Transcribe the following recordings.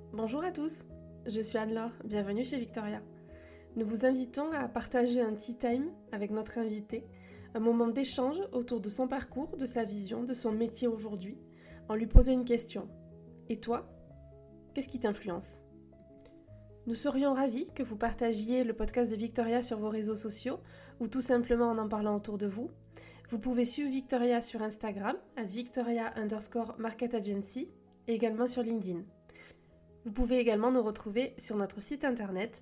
Bonjour à tous, je suis Anne-Laure, bienvenue chez Victoria. Nous vous invitons à partager un tea time avec notre invité, un moment d'échange autour de son parcours, de sa vision, de son métier aujourd'hui, en lui posant une question. Et toi, qu'est-ce qui t'influence ? Nous serions ravis que vous partagiez le podcast de Victoria sur vos réseaux sociaux ou tout simplement en parlant autour de vous. Vous pouvez suivre Victoria sur Instagram, @Victoria_Market Agency, et également sur LinkedIn. Vous pouvez également nous retrouver sur notre site internet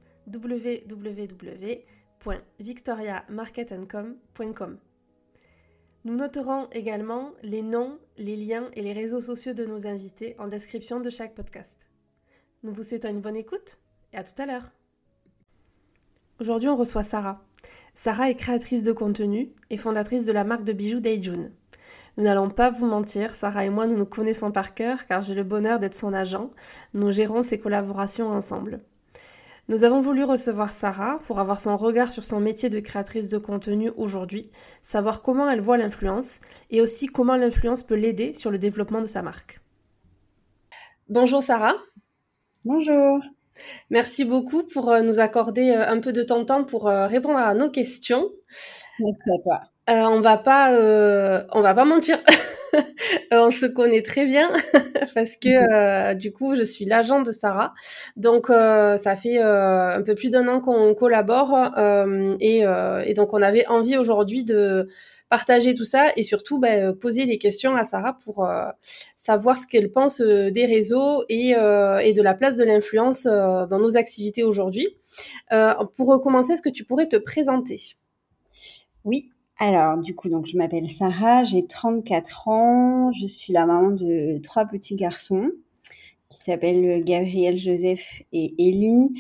www.victoriamarketandcom.com. Nous noterons également les noms, les liens et les réseaux sociaux de nos invités en description de chaque podcast. Nous vous souhaitons une bonne écoute et à tout à l'heure. Aujourd'hui, on reçoit Sarah. Sarah est créatrice de contenu et fondatrice de la marque de bijoux Daejun. Nous n'allons pas vous mentir, Sarah et moi, nous nous connaissons par cœur car j'ai le bonheur d'être son agent. Nous gérons ces collaborations ensemble. Nous avons voulu recevoir Sarah pour avoir son regard sur son métier de créatrice de contenu aujourd'hui, savoir comment elle voit l'influence et aussi comment l'influence peut l'aider sur le développement de sa marque. Bonjour Sarah. Bonjour. Merci beaucoup pour nous accorder un peu de ton temps pour répondre à nos questions. Merci à toi. On va pas mentir. On se connaît très bien parce que du coup je suis l'agent de Sarah, donc ça fait un peu plus d'1 an qu'on collabore et donc on avait envie aujourd'hui de partager tout ça et surtout poser des questions à Sarah pour savoir ce qu'elle pense des réseaux et de la place de l'influence dans nos activités aujourd'hui. Pour commencer, est-ce que tu pourrais te présenter ? Oui. Alors, du coup, donc je m'appelle Sarah, j'ai 34 ans, je suis la maman de 3 petits garçons qui s'appellent Gabriel, Joseph et Élie.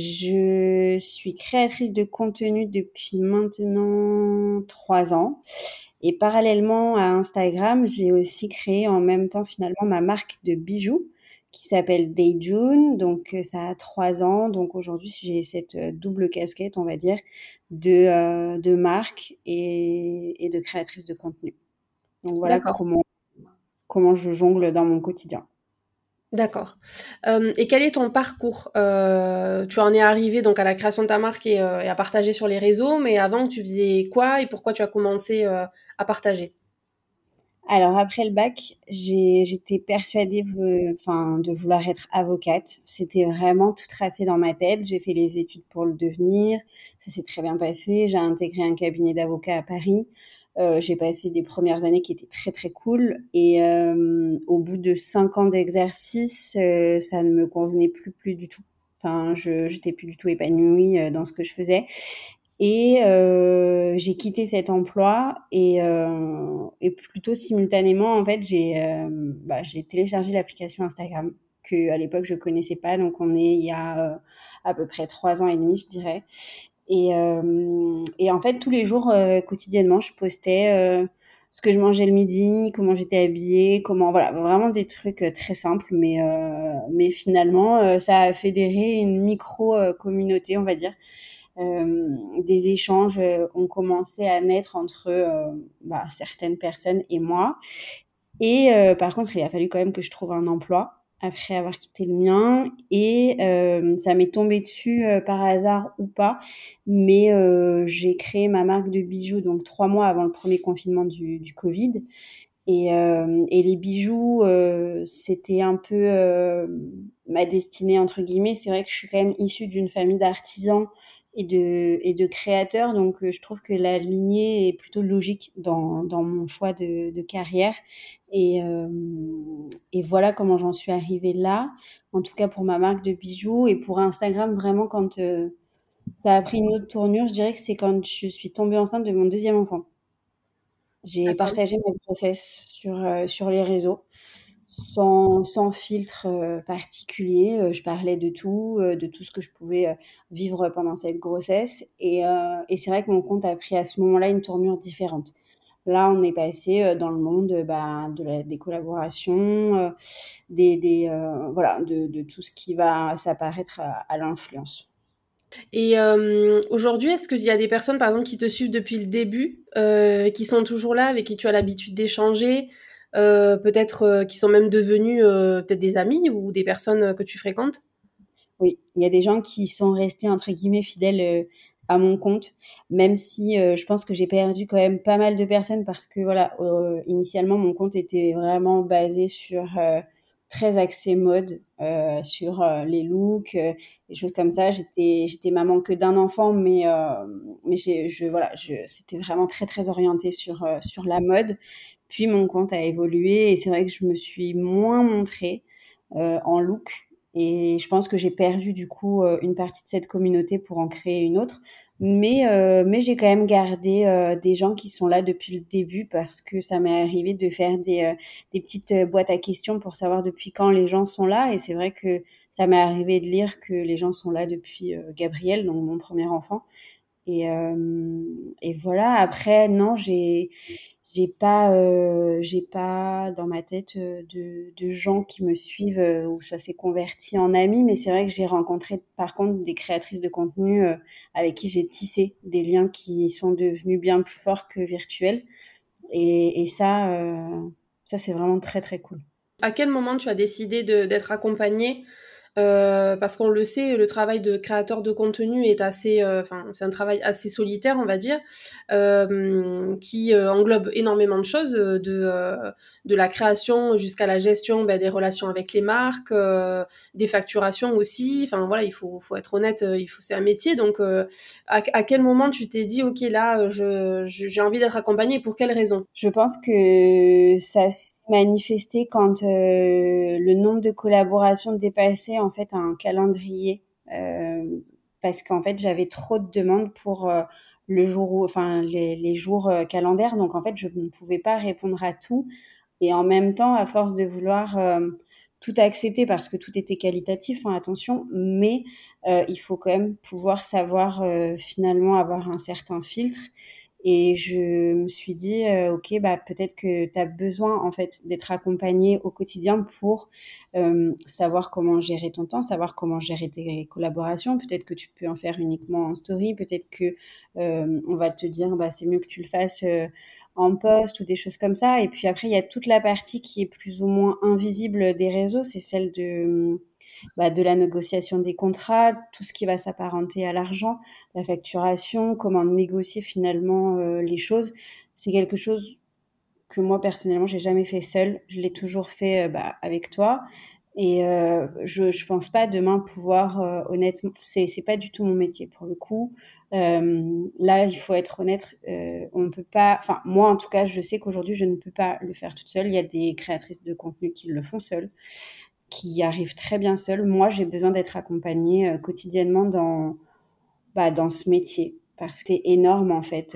Je suis créatrice de contenu depuis maintenant 3 ans. Et parallèlement à Instagram, j'ai aussi créé en même temps finalement ma marque de bijoux qui s'appelle Daejun. Donc ça a 3 ans. Donc aujourd'hui, j'ai cette double casquette, on va dire, de marque et de créatrice de contenu. Donc voilà comment je jongle dans mon quotidien. D'accord. Et quel est ton parcours ? Tu en es arrivée donc à la création de ta marque et à partager sur les réseaux, mais avant tu faisais quoi et pourquoi tu as commencé à partager ? Alors après le bac, j'étais persuadée de vouloir être avocate. C'était vraiment tout tracé dans ma tête. J'ai fait les études pour le devenir. Ça s'est très bien passé. J'ai intégré un cabinet d'avocats à Paris. J'ai passé des premières années qui étaient très très cool. Et au bout de 5 ans d'exercice, ça ne me convenait plus du tout. Enfin, j'étais plus du tout épanouie dans ce que je faisais. Et j'ai quitté cet emploi et plutôt simultanément, en fait, j'ai téléchargé l'application Instagram que à l'époque je connaissais pas. Donc on est il y a à peu près 3 ans et demi, je dirais. Et en fait, tous les jours, quotidiennement, je postais ce que je mangeais le midi, comment j'étais habillée, voilà, vraiment des trucs très simples, mais finalement, ça a fédéré une micro communauté, on va dire. Des échanges ont commencé à naître entre certaines personnes et moi. Et par contre, il a fallu quand même que je trouve un emploi après avoir quitté le mien. Et ça m'est tombé dessus par hasard ou pas. Mais j'ai créé ma marque de bijoux donc 3 mois avant le premier confinement du Covid. Et les bijoux, c'était un peu ma destinée, entre guillemets. C'est vrai que je suis quand même issue d'une famille d'artisans et de créateurs. Donc, je trouve que la lignée est plutôt logique dans mon choix de carrière. Et voilà comment j'en suis arrivée là. En tout cas, pour ma marque de bijoux. Et pour Instagram, vraiment, quand ça a pris une autre tournure, je dirais que c'est quand je suis tombée enceinte de mon 2e enfant. J'ai D'accord. partagé ma grossesse sur les réseaux sans filtre particulier. Je parlais de tout ce que je pouvais vivre pendant cette grossesse. Et c'est vrai que mon compte a pris à ce moment-là une tournure différente. Là, on est passé dans le monde des collaborations, de tout ce qui va s'apparaître à l'influence. Et aujourd'hui, est-ce qu'il y a des personnes, par exemple, qui te suivent depuis le début, qui sont toujours là, avec qui tu as l'habitude d'échanger ? peut-être qui sont même devenus peut-être des amis ou des personnes que tu fréquentes? Oui, il y a des gens qui sont restés entre guillemets «fidèles», à mon compte, même si, je pense que j'ai perdu quand même pas mal de personnes parce que voilà, initialement mon compte était vraiment basé sur, très axé mode, sur, les looks, des choses comme ça. J'étais maman que d'un enfant, mais c'était vraiment très, très orienté sur la mode. Puis mon compte a évolué et c'est vrai que je me suis moins montrée, en look et je pense que j'ai perdu du coup, une partie de cette communauté pour en créer une autre. Mais j'ai quand même gardé, des gens qui sont là depuis le début parce que ça m'est arrivé de faire des petites, boîtes à questions pour savoir depuis quand les gens sont là et c'est vrai que ça m'est arrivé de lire que les gens sont là depuis, Gabriel, donc mon premier enfant et voilà. Après non, j'ai pas dans ma tête, de gens qui me suivent, où ça s'est converti en amis, mais c'est vrai que j'ai rencontré par contre des créatrices de contenu, avec qui j'ai tissé des liens qui sont devenus bien plus forts que virtuels et ça c'est vraiment très, très cool. À quel moment tu as décidé d'être accompagnée? Parce qu'on le sait, le travail de créateur de contenu est assez, enfin, c'est un travail assez solitaire, on va dire, qui englobe énormément de choses, de la création jusqu'à la gestion des relations avec les marques, des facturations aussi. Enfin voilà, faut être honnête, c'est un métier. Donc, à quel moment tu t'es dit, ok, là, j'ai envie d'être accompagnée, pour quelles raisons? Je pense que ça s'est manifesté quand, le nombre de collaborations dépassait en fait un calendrier, parce qu'en fait j'avais trop de demandes pour, le jour où enfin les jours, calendaires donc en fait je ne pouvais pas répondre à tout et en même temps à force de vouloir, tout accepter parce que tout était qualitatif, hein, attention, mais il faut quand même pouvoir savoir, finalement avoir un certain filtre et je me suis dit, «OK, bah, peut-être que tu as besoin, en fait, d'être accompagné au quotidien pour, savoir comment gérer ton temps, savoir comment gérer tes collaborations. Peut-être que tu peux en faire uniquement en story, peut-être que, on va te dire: «Bah, c'est mieux que tu le fasses, en post» ou des choses comme ça et puis après, il y a toute la partie qui est plus ou moins invisible des réseaux, c'est celle de la négociation des contrats, tout ce qui va s'apparenter à l'argent, la facturation, comment négocier finalement les choses. C'est quelque chose que moi personnellement j'ai jamais fait seule. Je l'ai toujours fait avec toi. Et je pense pas demain pouvoir honnêtement, c'est pas du tout mon métier pour le coup. Là, il faut être honnête, on ne peut pas. Enfin, moi en tout cas, je sais qu'aujourd'hui je ne peux pas le faire toute seule. Il y a des créatrices de contenu qui le font seules qui y arrivent très bien seuls. Moi, j'ai besoin d'être accompagnée quotidiennement dans ce métier parce que c'est énorme en fait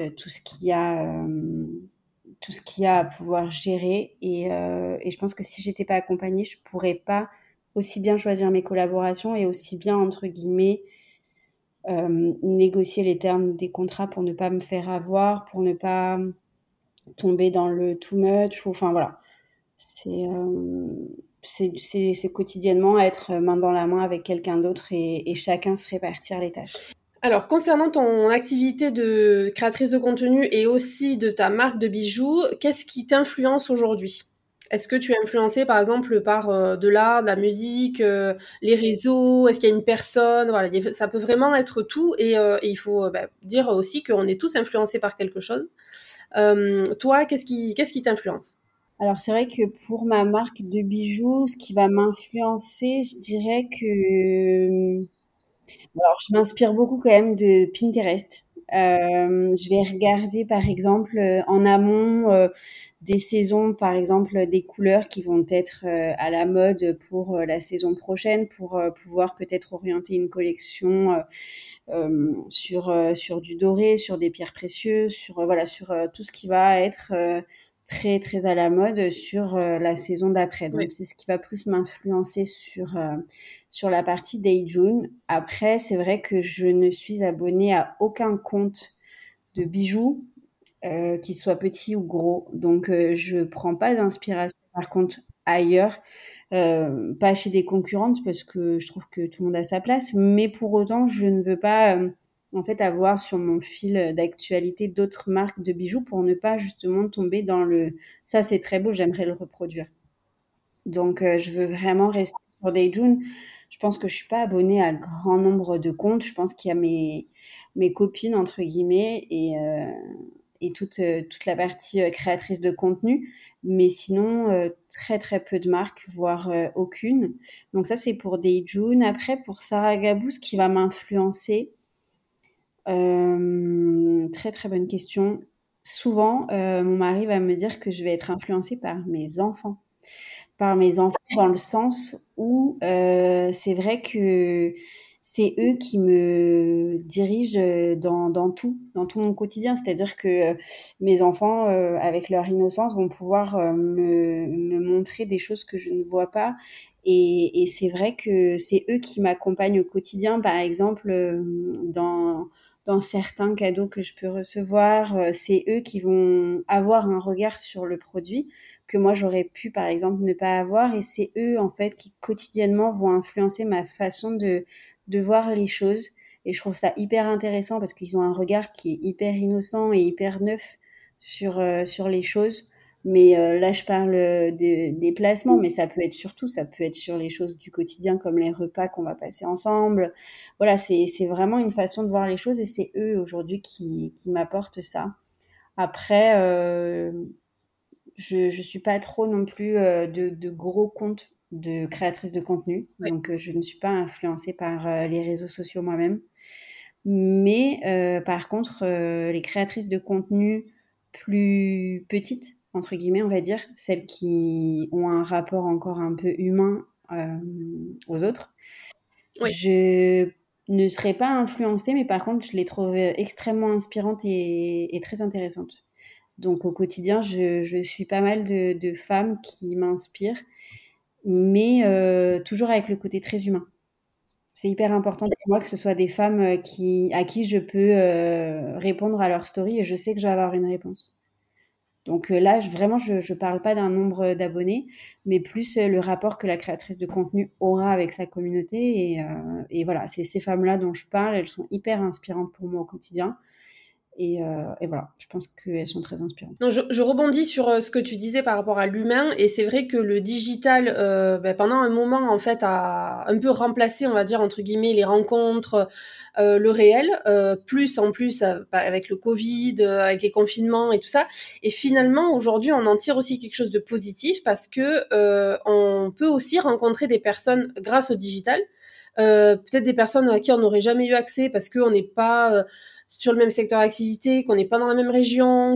tout ce qu'il y a à pouvoir gérer et je pense que si j'étais pas accompagnée, je pourrais pas aussi bien choisir mes collaborations et aussi bien entre guillemets négocier les termes des contrats pour ne pas me faire avoir, pour ne pas tomber dans le too much. Ou, enfin voilà, c'est, c'est quotidiennement être main dans la main avec quelqu'un d'autre et chacun se répartir les tâches. Alors, concernant ton activité de créatrice de contenu et aussi de ta marque de bijoux, qu'est-ce qui t'influence aujourd'hui? Est-ce que tu es influencée, par exemple, par de l'art, de la musique, les réseaux? Est-ce qu'il y a une personne? Voilà, ça peut vraiment être tout et il faut dire aussi qu'on est tous influencés par quelque chose. Toi, qu'est-ce qui t'influence? Alors c'est vrai que pour ma marque de bijoux, ce qui va m'influencer, je dirais que alors je m'inspire beaucoup quand même de Pinterest. Je vais regarder par exemple, en amont, des saisons, par exemple, des couleurs qui vont être, à la mode pour, la saison prochaine, pour, pouvoir peut-être orienter une collection, sur du doré, sur des pierres précieuses, sur, voilà, sur, tout ce qui va être, très, très à la mode sur, la saison d'après. Oui. Donc c'est ce qui va plus m'influencer sur la partie Day June. Après, c'est vrai que je ne suis abonnée à aucun compte de bijoux, qu'il soit petit ou gros. Donc je prends pas d'inspiration par contre ailleurs, pas chez des concurrentes parce que je trouve que tout le monde a sa place, mais pour autant je ne veux pas, en fait, avoir sur mon fil d'actualité d'autres marques de bijoux pour ne pas justement tomber dans le ça c'est très beau, j'aimerais le reproduire. Donc, je veux vraiment rester sur Dayjun. Je pense que je suis pas abonnée à grand nombre de comptes. Je pense qu'il y a mes copines entre guillemets et toute la partie créatrice de contenu. Mais sinon, très très peu de marques, voire aucune. Donc ça, c'est pour Dayjun. Après, pour Sarah Gabou, ce qui va m'influencer, très très bonne question. Souvent, mon mari va me dire que je vais être influencée par mes enfants dans le sens où c'est vrai que c'est eux qui me dirigent dans tout mon quotidien. C'est-à-dire que mes enfants, avec leur innocence, vont pouvoir me montrer des choses que je ne vois pas. Et c'est vrai que c'est eux qui m'accompagnent au quotidien, par exemple, dans certains cadeaux que je peux recevoir. C'est eux qui vont avoir un regard sur le produit que moi j'aurais pu par exemple ne pas avoir et c'est eux en fait qui quotidiennement vont influencer ma façon de voir les choses et je trouve ça hyper intéressant parce qu'ils ont un regard qui est hyper innocent et hyper neuf sur les choses. Mais là, je parle des placements, mais ça peut être surtout, ça peut être sur les choses du quotidien comme les repas qu'on va passer ensemble. Voilà, c'est vraiment une façon de voir les choses et c'est eux aujourd'hui qui m'apportent ça. Après, je suis pas trop non plus de gros comptes de créatrices de contenu, Ouais. donc je ne suis pas influencée par les réseaux sociaux moi-même. Mais par contre, les créatrices de contenu plus petites, entre guillemets, on va dire, celles qui ont un rapport encore un peu humain aux autres, Oui. je ne serais pas influencée, mais par contre, je les trouve extrêmement inspirantes et très intéressantes. Donc au quotidien, je suis pas mal de femmes qui m'inspirent, mais toujours avec le côté très humain. C'est hyper important pour moi que ce soit des femmes à qui je peux répondre à leur story et je sais que je vais avoir une réponse. Donc là, vraiment, je ne parle pas d'un nombre d'abonnés, mais plus le rapport que la créatrice de contenu aura avec sa communauté. Et voilà, c'est ces femmes-là dont je parle, elles sont hyper inspirantes pour moi au quotidien. Et voilà, je pense qu'elles sont très inspirantes. Non, je rebondis sur ce que tu disais par rapport à l'humain, et c'est vrai que le digital, pendant un moment, en fait, a un peu remplacé, on va dire, entre guillemets, les rencontres, le réel, plus en plus avec le Covid, avec les confinements et tout ça. Et finalement, aujourd'hui, on en tire aussi quelque chose de positif parce que on peut aussi rencontrer des personnes grâce au digital, peut-être des personnes à qui on n'aurait jamais eu accès parce qu'on n'est pas sur le même secteur d'activité, qu'on n'est pas dans la même région,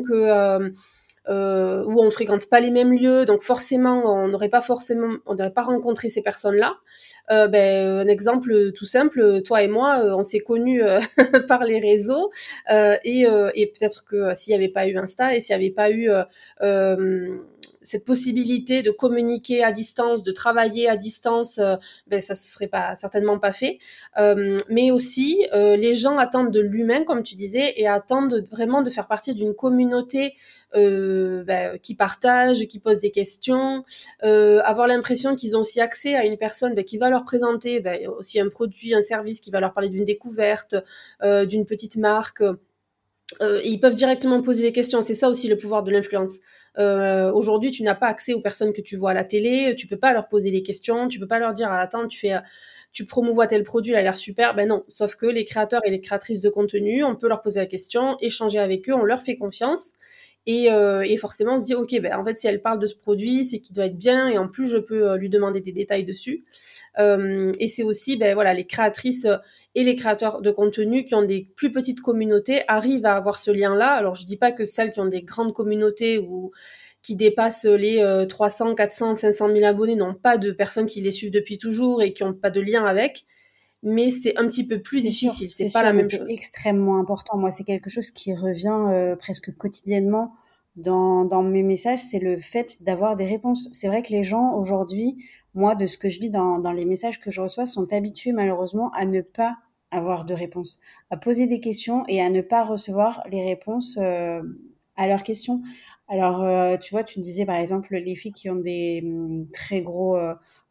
où on fréquente pas les mêmes lieux, donc forcément on n'aurait pas rencontré ces personnes-là. Un exemple tout simple, toi et moi, on s'est connus par les réseaux, et peut-être que s'il n'y avait pas eu Insta et s'il n'y avait pas eu cette possibilité de communiquer à distance, de travailler à distance, ça se serait certainement pas fait. Mais aussi, les gens attendent de l'humain, comme tu disais, et attendent vraiment de faire partie d'une communauté qui partagent, qui posent des questions, avoir l'impression qu'ils ont aussi accès à une personne qui va leur présenter aussi un produit, un service, qui va leur parler d'une découverte, d'une petite marque. Et ils peuvent directement poser des questions. C'est ça aussi le pouvoir de l'influence. Aujourd'hui, tu n'as pas accès aux personnes que tu vois à la télé, tu peux pas leur poser des questions, tu peux pas leur dire ah, attends, tu promouvois tel produit, il a l'air super. Ben non, sauf que les créateurs et les créatrices de contenu, on peut leur poser la question, échanger avec eux, on leur fait confiance. Et forcément, on se dit, ok, en fait, si elle parle de ce produit, c'est qu'il doit être bien, et en plus, je peux lui demander des détails dessus. Et c'est aussi, voilà, les créatrices et les créateurs de contenu qui ont des plus petites communautés arrivent à avoir ce lien-là. Alors, je dis pas que celles qui ont des grandes communautés ou qui dépassent les 300, 400, 500 000 abonnés n'ont pas de personnes qui les suivent depuis toujours et qui n'ont pas de lien avec, mais c'est un petit peu plus difficile, c'est pas sûr, la mais même c'est chose. extrêmement important. Moi, c'est quelque chose qui revient presque quotidiennement dans mes messages, c'est le fait d'avoir des réponses. C'est vrai que les gens aujourd'hui, moi, de ce que je lis dans les messages que je reçois, sont habitués malheureusement à ne pas avoir de réponses, à poser des questions et à ne pas recevoir les réponses à leurs questions. Alors, tu vois, tu disais par exemple les filles qui ont des très gros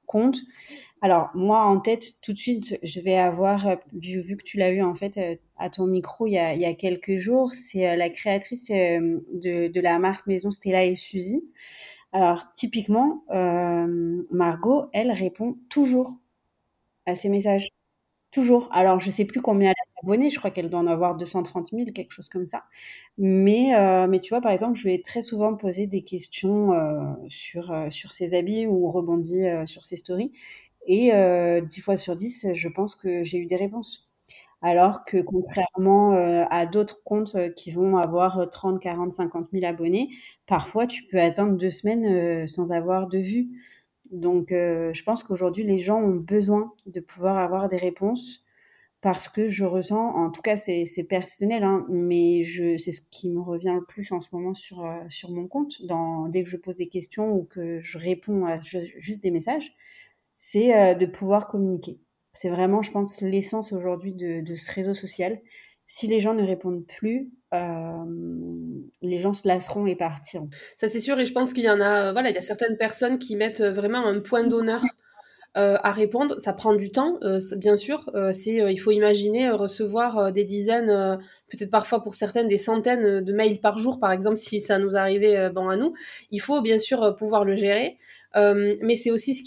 compte. Alors, moi, en tête, tout de suite, je vais avoir, vu que tu l'as eu en fait à ton micro il y a quelques jours, c'est la créatrice de la marque maison Stella et Suzy. Alors, typiquement, Margot, elle répond toujours à ces messages. Toujours. Alors, je sais plus combien elle a d'abonnés, je crois qu'elle doit en avoir 230 000, quelque chose comme ça. Mais tu vois, par exemple, je lui ai très souvent posé des questions sur ses habits ou rebondi sur ses stories. Et 10 fois sur 10, je pense que j'ai eu des réponses. Alors que contrairement à d'autres comptes qui vont avoir 30, 40, 50 000 abonnés, parfois tu peux attendre 2 semaines sans avoir de vues. Donc je pense qu'aujourd'hui, les gens ont besoin de pouvoir avoir des réponses parce que je ressens, en tout cas c'est personnel, hein, mais c'est ce qui me revient le plus en ce moment sur mon compte. Dès que je pose des questions ou que je réponds à juste des messages, c'est de pouvoir communiquer. C'est vraiment, je pense, l'essence aujourd'hui de ce réseau social. Si les gens ne répondent plus, les gens se lasseront et partiront. Ça, c'est sûr, et je pense qu'il y en a, voilà, il y a certaines personnes qui mettent vraiment un point d'honneur à répondre. Ça prend du temps, bien sûr. Il faut imaginer recevoir des dizaines, peut-être parfois pour certaines des centaines de mails par jour, par exemple, si ça nous arrivait bon, à nous. Il faut bien sûr pouvoir le gérer. Mais c'est aussi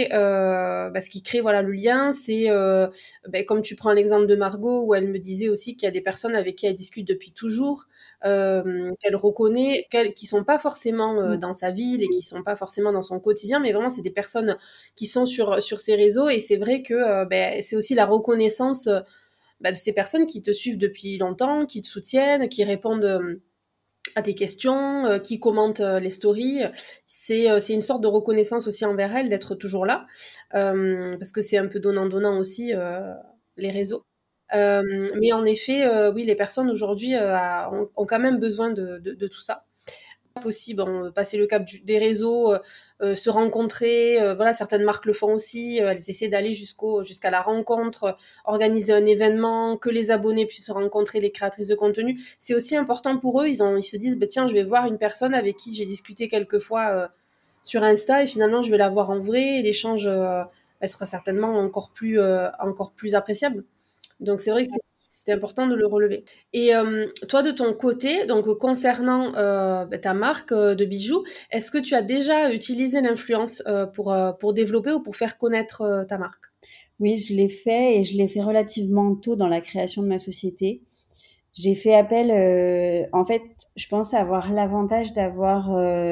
ce qui crée voilà le lien. C'est comme tu prends l'exemple de Margot où elle me disait aussi qu'il y a des personnes avec qui elle discute depuis toujours, qu'elle reconnaît, qui sont pas forcément dans sa ville et qui sont pas forcément dans son quotidien, mais vraiment c'est des personnes qui sont sur ces réseaux. Et c'est vrai que c'est aussi la reconnaissance de ces personnes qui te suivent depuis longtemps, qui te soutiennent, qui répondent à tes questions, qui commentent les stories. C'est une sorte de reconnaissance aussi envers elles d'être toujours là, parce que c'est un peu donnant-donnant aussi, les réseaux. Mais en effet, oui, les personnes aujourd'hui ont quand même besoin de tout ça. Aussi, bon, passer le cap des réseaux, se rencontrer, voilà, certaines marques le font aussi, elles essaient d'aller jusqu'à la rencontre, organiser un événement, que les abonnés puissent rencontrer les créatrices de contenu. C'est aussi important pour eux, ils se disent, bah, tiens, je vais voir une personne avec qui j'ai discuté quelques fois sur Insta et finalement je vais la voir en vrai, et l'échange elle sera certainement encore plus appréciable. Donc c'est vrai que c'était important de le relever. Et toi, de ton côté, donc concernant ta marque de bijoux, est-ce que tu as déjà utilisé l'influence pour développer ou pour faire connaître ta marque? Oui, je l'ai fait et je l'ai fait relativement tôt dans la création de ma société. J'ai fait appel, en fait, je pense avoir l'avantage d'avoir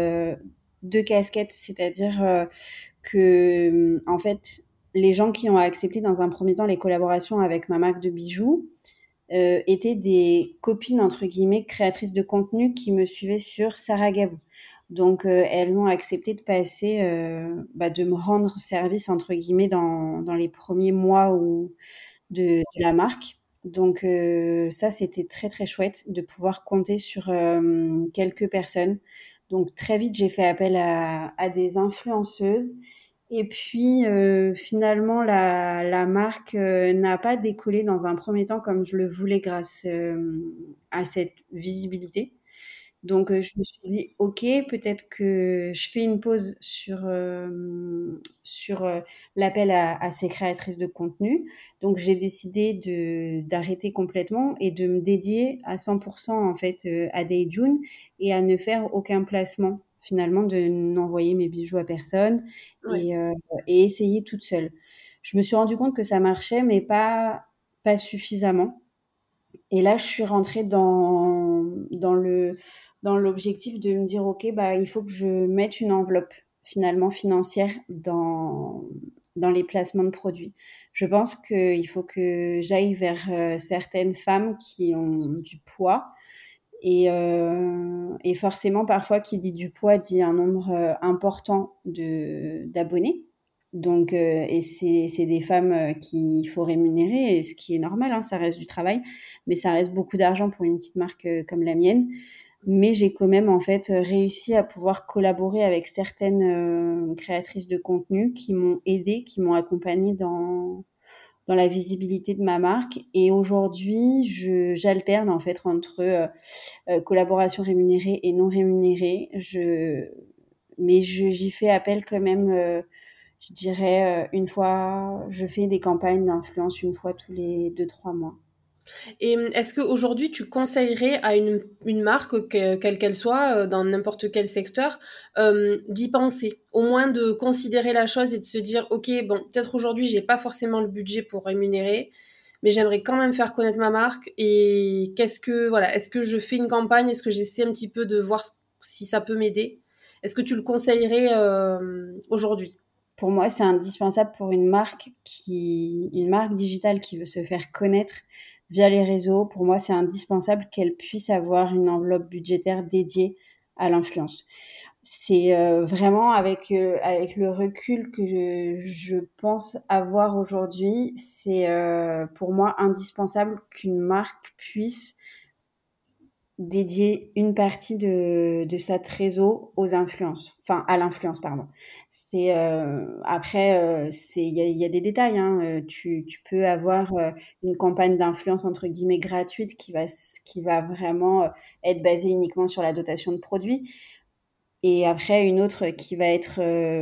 2 casquettes, c'est-à-dire que, en fait, les gens qui ont accepté dans un premier temps les collaborations avec ma marque de bijoux étaient des copines, entre guillemets, créatrices de contenu qui me suivaient sur Sarah Gabou. Donc, elles ont accepté de passer, de me rendre service, entre guillemets, dans les premiers mois de la marque. Donc, ça, c'était très, très chouette de pouvoir compter sur quelques personnes. Donc, très vite, j'ai fait appel à des influenceuses. Et puis, finalement, la marque n'a pas décollé dans un premier temps comme je le voulais grâce à cette visibilité. Donc, je me suis dit, OK, peut-être que je fais une pause sur l'appel à ces créatrices de contenu. Donc, j'ai décidé d'arrêter complètement et de me dédier à 100% en fait à Dayjun et à ne faire aucun placement, finalement, de n'envoyer mes bijoux à personne Ouais. et essayer toute seule. Je me suis rendu compte que ça marchait, mais pas suffisamment. Et là, je suis rentrée dans l'objectif de me dire, OK, bah, il faut que je mette une enveloppe finalement financière dans les placements de produits. Je pense qu'il faut que j'aille vers certaines femmes qui ont du poids. Et forcément, parfois, qui dit du poids dit un nombre important d'abonnés. Donc, et c'est des femmes qu'il faut rémunérer, et ce qui est normal, hein, ça reste du travail, mais ça reste beaucoup d'argent pour une petite marque comme la mienne. Mais j'ai quand même en fait réussi à pouvoir collaborer avec certaines créatrices de contenu qui m'ont aidée, qui m'ont accompagnée dans la visibilité de ma marque. Et aujourd'hui, j'alterne en fait entre collaboration rémunérée et non rémunérée. J'y fais appel quand même Je dirais, je fais des campagnes d'influence une fois tous les 2-3 mois. Et est-ce qu'aujourd'hui, tu conseillerais à une marque, quelle qu'elle soit, dans n'importe quel secteur, d'y penser? Au moins de considérer la chose et de se dire, OK, bon, peut-être aujourd'hui, j'ai pas forcément le budget pour rémunérer, mais j'aimerais quand même faire connaître ma marque. Et voilà, est-ce que je fais une campagne? Est-ce que j'essaie un petit peu de voir si ça peut m'aider? Est-ce que tu le conseillerais aujourd'hui? Pour moi, c'est indispensable pour une marque digitale qui veut se faire connaître via les réseaux. Pour moi, c'est indispensable qu'elle puisse avoir une enveloppe budgétaire dédiée à l'influence. C'est vraiment avec le recul que je pense avoir aujourd'hui, c'est pour moi indispensable qu'une marque puisse dédier une partie de sa trésor aux influences, enfin à l'influence, pardon. C'est après, il y a des détails. Hein. Tu peux avoir une campagne d'influence entre guillemets gratuite qui va vraiment être basée uniquement sur la dotation de produits. Et après, une autre qui va être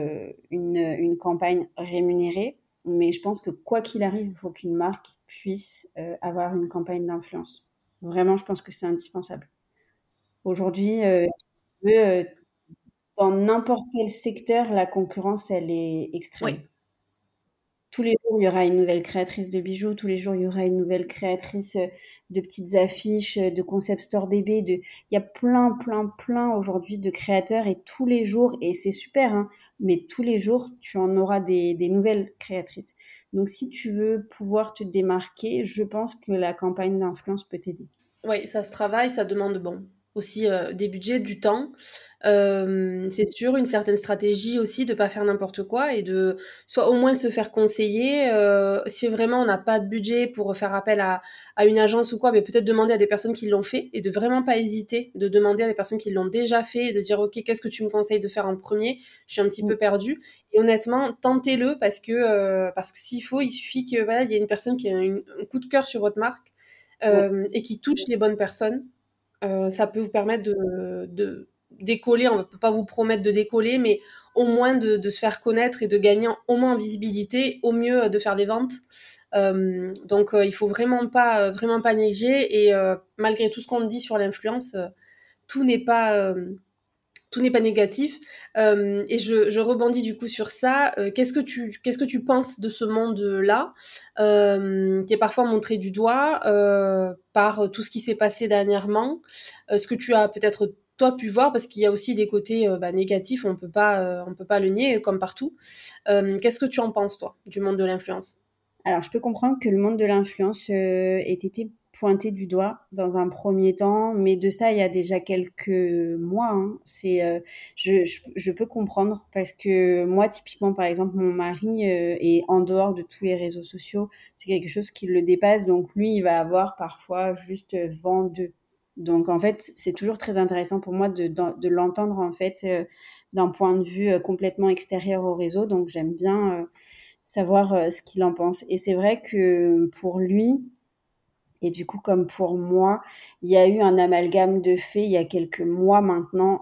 une campagne rémunérée. Mais je pense que quoi qu'il arrive, il faut qu'une marque puisse avoir une campagne d'influence. Vraiment, je pense que c'est indispensable. Aujourd'hui, si tu veux, dans n'importe quel secteur, la concurrence, elle est extrême. Oui. Tous les jours, il y aura une nouvelle créatrice de bijoux, tous les jours, il y aura une nouvelle créatrice, de petites affiches, de concept store bébé, il y a plein, plein, plein aujourd'hui de créateurs et tous les jours, et c'est super, hein, mais tous les jours, tu en auras des nouvelles créatrices. Donc si tu veux pouvoir te démarquer, je pense que la campagne d'influence peut t'aider. Oui, ça se travaille, ça demande, bon, aussi des budgets, du temps. C'est sûr, une certaine stratégie aussi, de pas faire n'importe quoi et de soit au moins se faire conseiller. Si vraiment on n'a pas de budget pour faire appel à une agence ou quoi, mais peut-être demander à des personnes qui l'ont fait et de vraiment pas hésiter, de demander à des personnes qui l'ont déjà fait et de dire, OK, qu'est-ce que tu me conseilles de faire en premier? Je suis un petit Mmh, peu perdue. Et honnêtement, tentez-le parce que s'il faut, il suffit que voilà, il y ait une personne qui a un coup de cœur sur votre marque ouais. et qui touche les bonnes personnes. Ça peut vous permettre de décoller. On ne peut pas vous promettre de décoller, mais au moins de se faire connaître et de gagner au moins en visibilité, au mieux de faire des ventes. Donc il faut vraiment pas négliger. Et malgré tout ce qu'on dit sur l'influence, tout n'est pas tout n'est pas négatif. Et je rebondis du coup sur ça. Qu'est-ce que tu penses de ce monde-là, qui est parfois montré du doigt par tout ce qui s'est passé dernièrement? Ce que tu as peut-être toi pu voir, parce qu'il y a aussi des côtés négatifs, on peut pas le nier, comme partout. Qu'est-ce que tu en penses, toi, du monde de l'influence? Alors, je peux comprendre que le monde de l'influence ait été pointé du doigt dans un premier temps, mais de ça, il y a déjà quelques mois. Hein. Je peux comprendre parce que moi, typiquement, par exemple, mon mari est en dehors de tous les réseaux sociaux. C'est quelque chose qui le dépasse. Donc, lui, il va avoir parfois juste vent d'eux. Donc, en fait, c'est toujours très intéressant pour moi de l'entendre, en fait, d'un point de vue complètement extérieur au réseau. Donc, j'aime bien savoir ce qu'il en pense. Et c'est vrai que pour lui, et du coup comme pour moi, il y a eu un amalgame de faits il y a quelques mois maintenant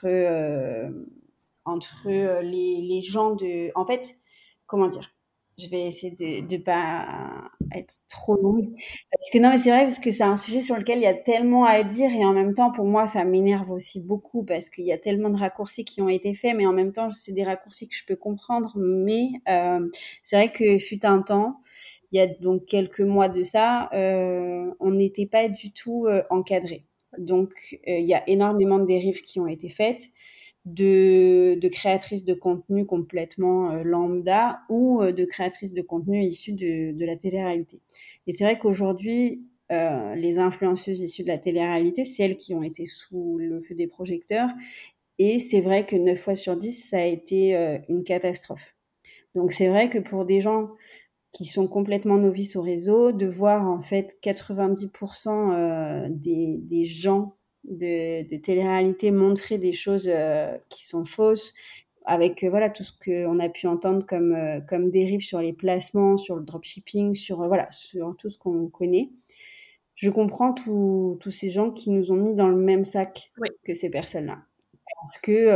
entre les gens de... En fait, comment dire? Je vais essayer de pas être trop longue. Parce que non, mais c'est vrai, parce que c'est un sujet sur lequel il y a tellement à dire et en même temps, pour moi, ça m'énerve aussi beaucoup parce qu'il y a tellement de raccourcis qui ont été faits, mais en même temps, c'est des raccourcis que je peux comprendre. Mais c'est vrai que fut un temps, il y a donc quelques mois de ça, on n'était pas du tout encadré. Donc, il y a énormément de dérives qui ont été faites de créatrices de contenu complètement lambda ou de créatrices de contenu issues de la télé-réalité. Et c'est vrai qu'aujourd'hui, les influenceuses issues de la télé-réalité, c'est elles qui ont été sous le feu des projecteurs. Et c'est vrai que 9 fois sur 10, ça a été une catastrophe. Donc c'est vrai que pour des gens qui sont complètement novices au réseau, de voir en fait 90% des gens de télé-réalité montrer des choses qui sont fausses, avec voilà tout ce qu'on a pu entendre comme dérive sur les placements, sur le dropshipping, sur voilà sur tout ce qu'on connaît. Je comprends tous ces gens qui nous ont mis dans le même sac Oui. que ces personnes-là. Parce que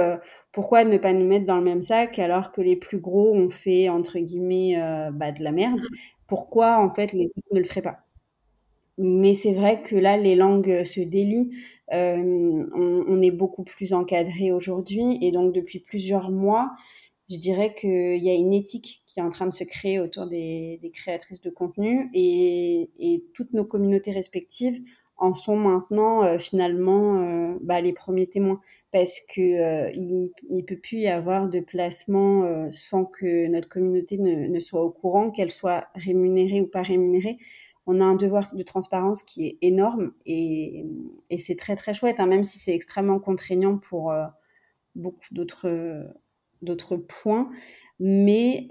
Pourquoi ne pas nous mettre dans le même sac alors que les plus gros ont fait, entre guillemets, de la merde? Pourquoi, en fait, les autres ne le feraient pas? Mais c'est vrai que là, les langues se délient. On est beaucoup plus encadré aujourd'hui et donc depuis plusieurs mois, je dirais qu'il y a une éthique qui est en train de se créer autour des créatrices de contenu et toutes nos communautés respectives en sont maintenant finalement les premiers témoins parce que il peut plus y avoir de placement sans que notre communauté ne soit au courant, qu'elle soit rémunérée ou pas rémunérée. On a un devoir de transparence qui est énorme et c'est très très chouette, hein, même si c'est extrêmement contraignant pour beaucoup d'autres points. Mais,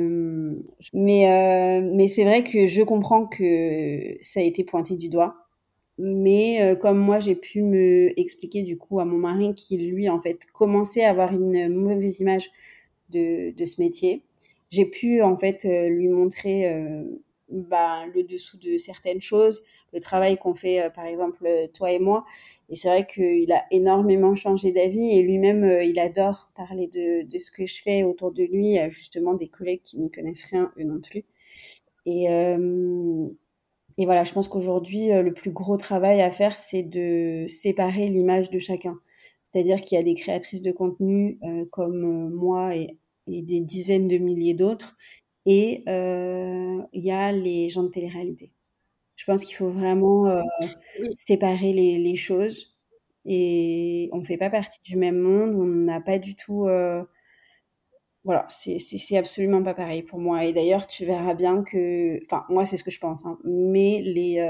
mais c'est vrai que je comprends que ça a été pointé du doigt. Mais comme moi, j'ai pu me expliquer du coup à mon mari qui, lui, en fait, commençait à avoir une mauvaise image de ce métier. J'ai pu en fait lui montrer le dessous de certaines choses, le travail qu'on fait par exemple toi et moi. Et c'est vrai qu'il a énormément changé d'avis et lui-même il adore parler de ce que je fais autour de lui, justement des collègues qui n'y connaissent rien eux non plus. Et, euh, et voilà, je pense qu'aujourd'hui, le plus gros travail à faire, c'est de séparer l'image de chacun. C'est-à-dire qu'il y a des créatrices de contenu comme moi et des dizaines de milliers d'autres, et il y a les gens de télé-réalité. Je pense qu'il faut vraiment Oui. séparer les choses, et on ne fait pas partie du même monde, on n'a pas du tout... voilà, c'est absolument pas pareil pour moi. Et d'ailleurs, tu verras bien que, enfin, moi, c'est ce que je pense, hein, mais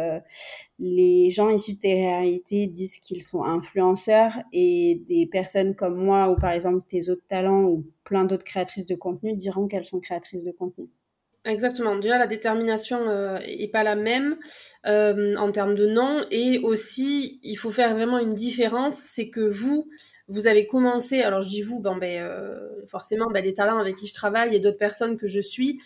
les gens issus de télé-réalité disent qu'ils sont influenceurs et des personnes comme moi ou par exemple tes autres talents ou plein d'autres créatrices de contenu diront qu'elles sont créatrices de contenu. Exactement. Déjà, la détermination est pas la même en termes de nom. Et aussi, il faut faire vraiment une différence. C'est que vous avez commencé, alors je dis vous, forcément, des talents avec qui je travaille et d'autres personnes que je suis,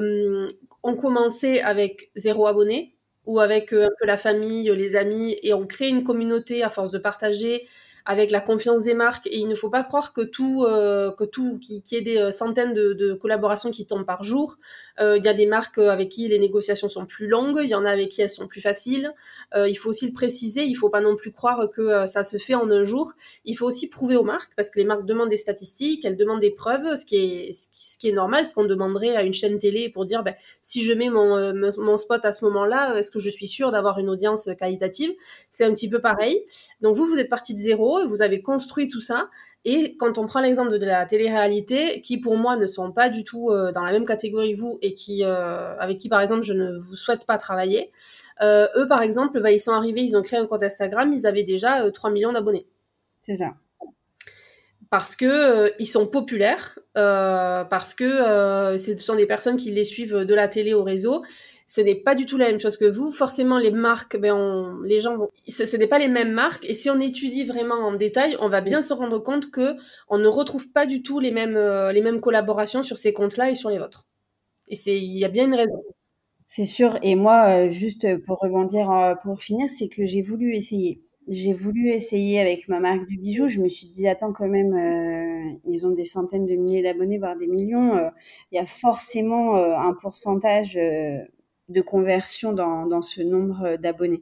ont commencé avec 0 abonné ou avec un peu la famille, les amis, et ont créé une communauté à force de partager avec la confiance des marques. Et il ne faut pas croire que qu'il y ait des centaines de collaborations qui tombent par jour. Il y a des marques avec qui les négociations sont plus longues, il y en a avec qui elles sont plus faciles. Il faut aussi le préciser, il ne faut pas non plus croire que ça se fait en un jour. Il faut aussi prouver aux marques, parce que les marques demandent des statistiques, elles demandent des preuves, ce qui est normal, ce qu'on demanderait à une chaîne télé pour dire si je mets mon spot à ce moment-là, est-ce que je suis sûre d'avoir une audience qualitative? C'est un petit peu pareil. Donc vous êtes parti de zéro, vous avez construit tout ça. Et quand on prend l'exemple de la télé-réalité, qui pour moi ne sont pas du tout dans la même catégorie que vous et avec qui par exemple je ne vous souhaite pas travailler, eux par exemple, ils sont arrivés, ils ont créé un compte Instagram, ils avaient déjà 3 millions d'abonnés. C'est ça. Parce que ils sont populaires, parce que ce sont des personnes qui les suivent de la télé au réseau. Ce n'est pas du tout la même chose que vous. Forcément, les marques, les gens vont... Ce n'est pas les mêmes marques. Et si on étudie vraiment en détail, on va bien se rendre compte que on ne retrouve pas du tout les mêmes collaborations sur ces comptes-là et sur les vôtres. Et il y a bien une raison. C'est sûr. Et moi, juste pour rebondir, pour finir, c'est que j'ai voulu essayer. J'ai voulu essayer avec ma marque du bijou. Je me suis dit, attends, quand même, ils ont des centaines de milliers d'abonnés, voire des millions. Il y a forcément un pourcentage de conversion dans ce nombre d'abonnés.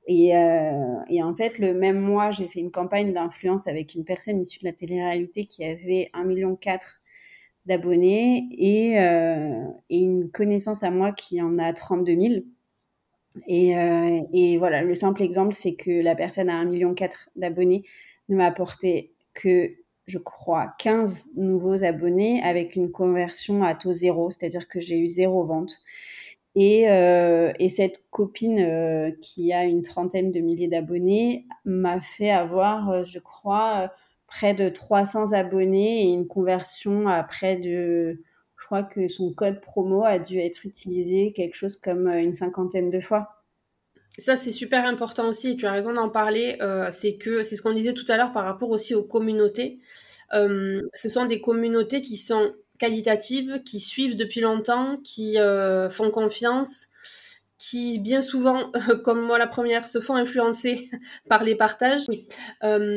Et en fait, le même mois, j'ai fait une campagne d'influence avec une personne issue de la télé-réalité qui avait 1,4 million d'abonnés et une connaissance à moi qui en a 32 000. Et voilà, le simple exemple, c'est que la personne à 1,4 million d'abonnés ne m'a apporté que, je crois, 15 nouveaux abonnés avec une conversion à taux zéro, c'est-à-dire que j'ai eu 0 vente. Et cette copine qui a une trentaine de milliers d'abonnés m'a fait avoir, je crois, près de 300 abonnés et une conversion à près de... Je crois que son code promo a dû être utilisé quelque chose comme une cinquantaine de fois. Ça, c'est super important aussi, et tu as raison d'en parler. C'est ce qu'on disait tout à l'heure par rapport aussi aux communautés. Ce sont des communautés qui sont qualitatives, qui suivent depuis longtemps, qui font confiance, qui bien souvent, comme moi la première, se font influencer par les partages. Oui.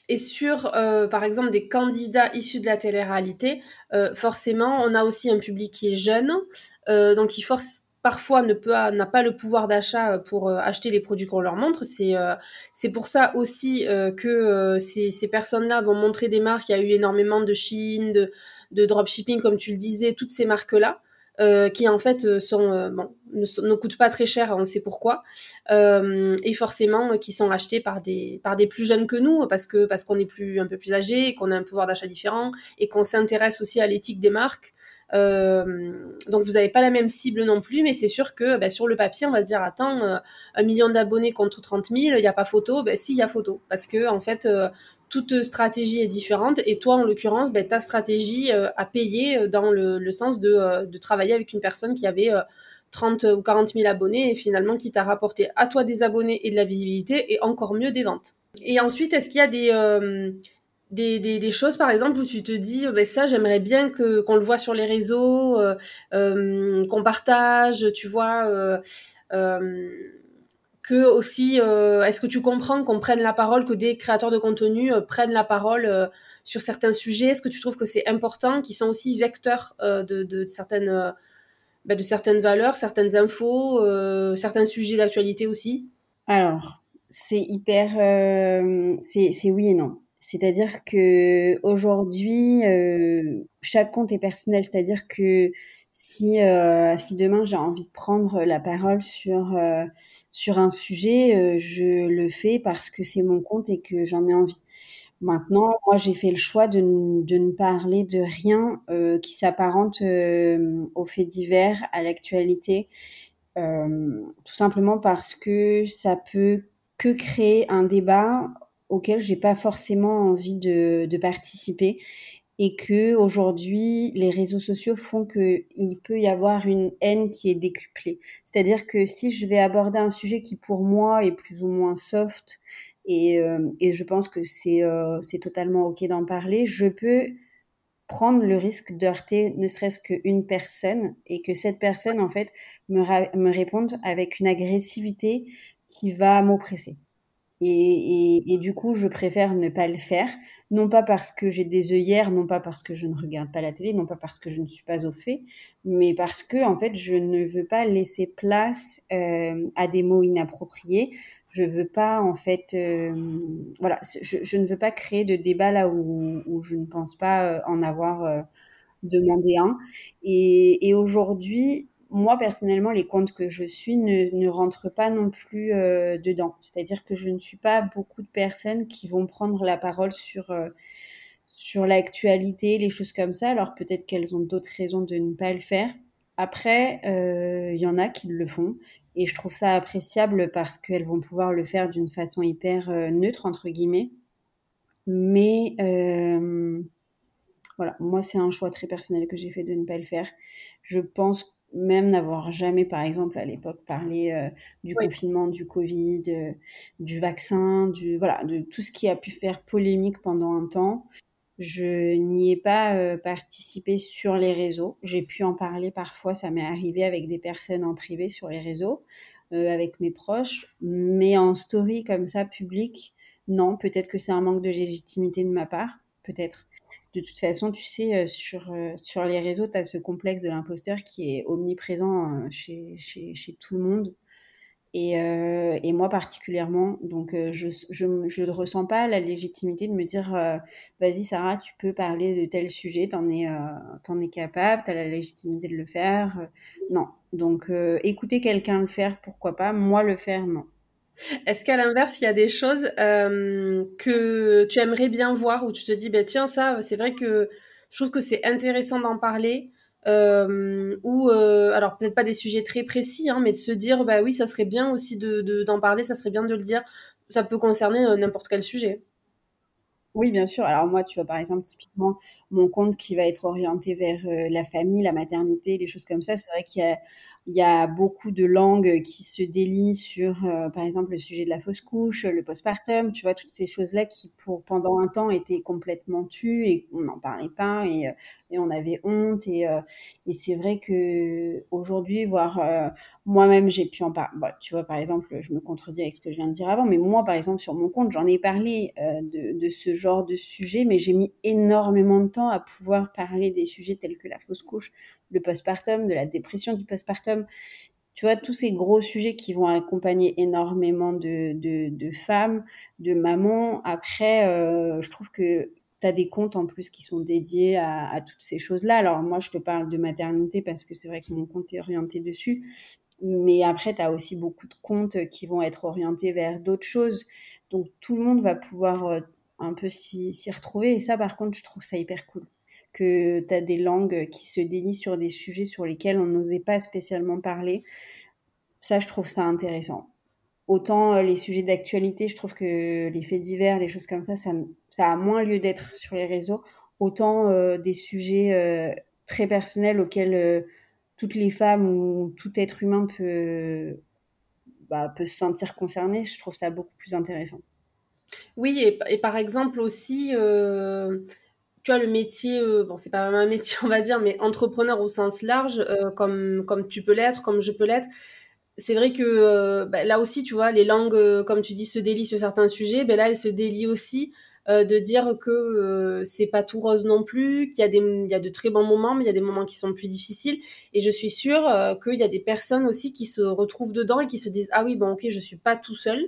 et sur, par exemple, des candidats issus de la télé-réalité, forcément, on a aussi un public qui est jeune, donc qui parfois n'a pas le pouvoir d'achat pour acheter les produits qu'on leur montre. C'est pour ça aussi que ces personnes-là vont montrer des marques. Il y a eu énormément de Shein, de dropshipping, comme tu le disais, toutes ces marques-là. Qui en fait ne coûtent pas très cher, on sait pourquoi, et forcément qui sont achetés par des plus jeunes que nous parce qu'on est un peu plus âgé et qu'on a un pouvoir d'achat différent et qu'on s'intéresse aussi à l'éthique des marques. Donc vous n'avez pas la même cible non plus, mais c'est sûr que sur le papier on va se dire attends, 1 million d'abonnés contre 30 000, il n'y a pas photo. Si, il y a photo parce que en fait toute stratégie est différente et toi en l'occurrence ta stratégie a payé dans le sens de travailler avec une personne qui avait 30 ou 40 000 abonnés et finalement qui t'a rapporté à toi des abonnés et de la visibilité et encore mieux des ventes. Et ensuite, est-ce qu'il y a des choses, par exemple, où tu te dis, ça, j'aimerais bien qu'on le voit sur les réseaux, qu'on partage, tu vois, euh, que aussi, est-ce que tu comprends qu'on prenne la parole, que des créateurs de contenu prennent la parole sur certains sujets? Est-ce que tu trouves que c'est important, qu'ils sont aussi vecteurs de certaines valeurs, certaines infos, certains sujets d'actualité aussi? Alors, c'est hyper, c'est oui et non. C'est-à-dire qu'aujourd'hui, chaque compte est personnel. C'est-à-dire que si demain j'ai envie de prendre la parole sur un sujet, je le fais parce que c'est mon compte et que j'en ai envie. Maintenant, moi, j'ai fait le choix de ne parler de rien, qui s'apparente, aux faits divers, à l'actualité. Tout simplement parce que ça peut que créer un débat auquel j'ai pas forcément envie de participer et que aujourd'hui les réseaux sociaux font qu'il peut y avoir une haine qui est décuplée. C'est-à-dire que si je vais aborder un sujet qui pour moi est plus ou moins soft et je pense que c'est totalement ok d'en parler, je peux prendre le risque d'heurter ne serait-ce qu'une personne et que cette personne, en fait, me réponde avec une agressivité qui va m'oppresser. Et du coup, je préfère ne pas le faire, non pas parce que j'ai des œillères, non pas parce que je ne regarde pas la télé, non pas parce que je ne suis pas au fait, mais parce que, en fait, je ne veux pas laisser place à des mots inappropriés. Je veux pas, en fait, voilà, je ne veux pas créer de débat là où je ne pense pas en avoir demandé un. Et aujourd'hui, moi personnellement, les comptes que je suis ne rentrent pas non plus dedans. C'est-à-dire que je ne suis pas beaucoup de personnes qui vont prendre la parole sur l'actualité, les choses comme ça. Alors peut-être qu'elles ont d'autres raisons de ne pas le faire. Après, il y en a qui le font. Et je trouve ça appréciable parce qu'elles vont pouvoir le faire d'une façon hyper neutre, entre guillemets. Mais voilà, moi, c'est un choix très personnel que j'ai fait de ne pas le faire. Je pense même n'avoir jamais, par exemple, à l'époque, parlé du Oui. confinement, du Covid, du vaccin, voilà, de tout ce qui a pu faire polémique pendant un temps. Je n'y ai pas participé sur les réseaux. J'ai pu en parler parfois, ça m'est arrivé avec des personnes en privé sur les réseaux, avec mes proches, mais en story comme ça, public, non. Peut-être que c'est un manque de légitimité de ma part, peut-être. De toute façon, tu sais, sur les réseaux, tu as ce complexe de l'imposteur qui est omniprésent chez tout le monde. Et moi particulièrement, donc je ne ressens pas la légitimité de me dire vas-y Sarah, tu peux parler de tel sujet, t'en es capable, t'as la légitimité de le faire. Non. Donc écouter quelqu'un le faire, pourquoi pas, moi le faire, non. Est-ce qu'à l'inverse, il y a des choses que tu aimerais bien voir où tu te dis, tiens, ça, c'est vrai que je trouve que c'est intéressant d'en parler, ou alors peut-être pas des sujets très précis, hein, mais de se dire, bah oui, ça serait bien aussi d'en parler, ça serait bien de le dire. Ça peut concerner n'importe quel sujet. Oui, bien sûr. Alors moi, tu vois, par exemple, typiquement, mon compte qui va être orienté vers la famille, la maternité, les choses comme ça, c'est vrai qu'il y a Il y a beaucoup de langues qui se délient sur, par exemple, le sujet de la fausse couche, le postpartum, tu vois? Toutes ces choses-là qui, pendant un temps, étaient complètement tues et on n'en parlait pas et on avait honte et c'est vrai qu'aujourd'hui, voire, moi-même, j'ai pu en parler. Bah, tu vois, par exemple, je me contredis avec ce que je viens de dire avant, mais moi, par exemple, sur mon compte, j'en ai parlé de ce genre de sujet, mais j'ai mis énormément de temps à pouvoir parler des sujets tels que la fausse couche, le postpartum, de la dépression du postpartum. Tu vois, tous ces gros sujets qui vont accompagner énormément de femmes, de mamans. Après, je trouve que tu as des comptes en plus qui sont dédiés à toutes ces choses-là. Alors moi, je te parle de maternité parce que c'est vrai que mon compte est orienté dessus. Mais après, tu as aussi beaucoup de comptes qui vont être orientés vers d'autres choses. Donc, tout le monde va pouvoir un peu s'y retrouver. Et ça, par contre, je trouve ça hyper cool. Que tu as des langues qui se délient sur des sujets sur lesquels on n'osait pas spécialement parler. Ça, je trouve ça intéressant. Autant les sujets d'actualité, je trouve que les faits divers, les choses comme ça a moins lieu d'être sur les réseaux. Autant des sujets très personnels auxquels toutes les femmes ou tout être humain peut se sentir concerné, je trouve ça beaucoup plus intéressant. Oui, et par exemple aussi, tu vois, le métier, bon, c'est pas vraiment un métier, on va dire, mais entrepreneur au sens large, comme tu peux l'être, comme je peux l'être. C'est vrai que bah, là aussi, tu vois, les langues, comme tu dis, se délient sur certains sujets. Ben là, elles se délient aussi de dire que c'est pas tout rose non plus, il y a de très bons moments, mais il y a des moments qui sont plus difficiles. Et je suis sûre qu'il y a des personnes aussi qui se retrouvent dedans et qui se disent ah oui, bon ok, je suis pas tout seul.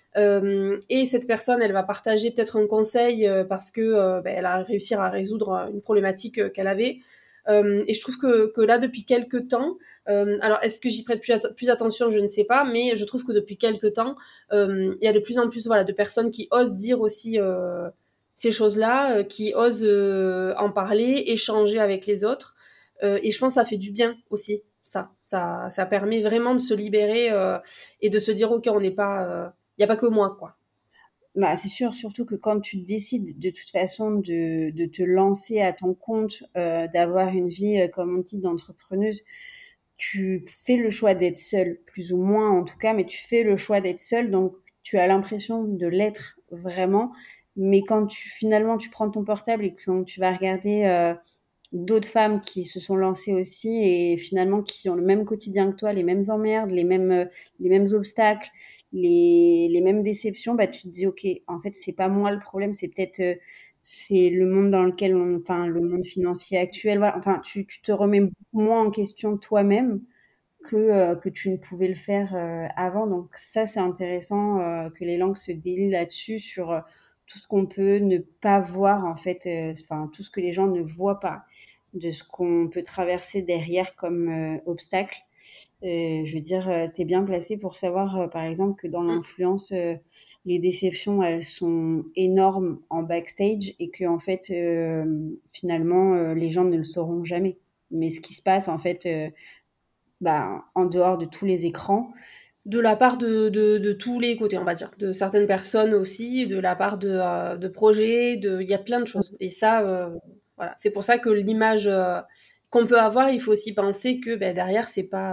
Et cette personne, elle va partager peut-être un conseil parce que ben, elle a réussi à résoudre une problématique qu'elle avait. Et je trouve que là, depuis quelques temps, alors est-ce que j'y prête plus attention, je ne sais pas, mais je trouve que depuis quelques temps, il y a de plus en plus voilà, de personnes qui osent dire aussi ces choses-là, qui osent en parler, échanger avec les autres. Et je pense que ça fait du bien aussi, ça permet vraiment de se libérer et de se dire, ok, on n'est pas... il n'y a pas que moi, quoi. Bah, c'est sûr, surtout que quand tu décides de toute façon de te lancer à ton compte, d'avoir une vie, comme on dit, d'entrepreneuse, tu fais le choix d'être seule, plus ou moins en tout cas, mais tu fais le choix d'être seule, donc tu as l'impression de l'être vraiment. Mais quand finalement tu prends ton portable et que tu vas regarder d'autres femmes qui se sont lancées aussi et finalement qui ont le même quotidien que toi, les mêmes emmerdes, les mêmes obstacles, les mêmes déceptions, bah, tu te dis, ok, en fait, c'est pas moi le problème, c'est peut-être c'est le monde dans lequel enfin, le monde financier actuel, voilà. Enfin, tu te remets beaucoup moins en question toi-même que tu ne pouvais le faire avant. Donc ça, c'est intéressant que les langues se délient là-dessus sur tout ce qu'on peut ne pas voir en fait, enfin tout ce que les gens ne voient pas de ce qu'on peut traverser derrière comme obstacle. Je veux dire, tu es bien placé pour savoir, par exemple, que dans Mm. l'influence, les déceptions, elles sont énormes en backstage et que en fait, finalement, les gens ne le sauront jamais. Mais ce qui se passe, en fait, bah, en dehors de tous les écrans. De la part de tous les côtés, on va dire. De certaines personnes aussi, de la part de projets, il y a plein de choses. Et ça, voilà. C'est pour ça que l'image qu'on peut avoir, il faut aussi penser que ben, derrière,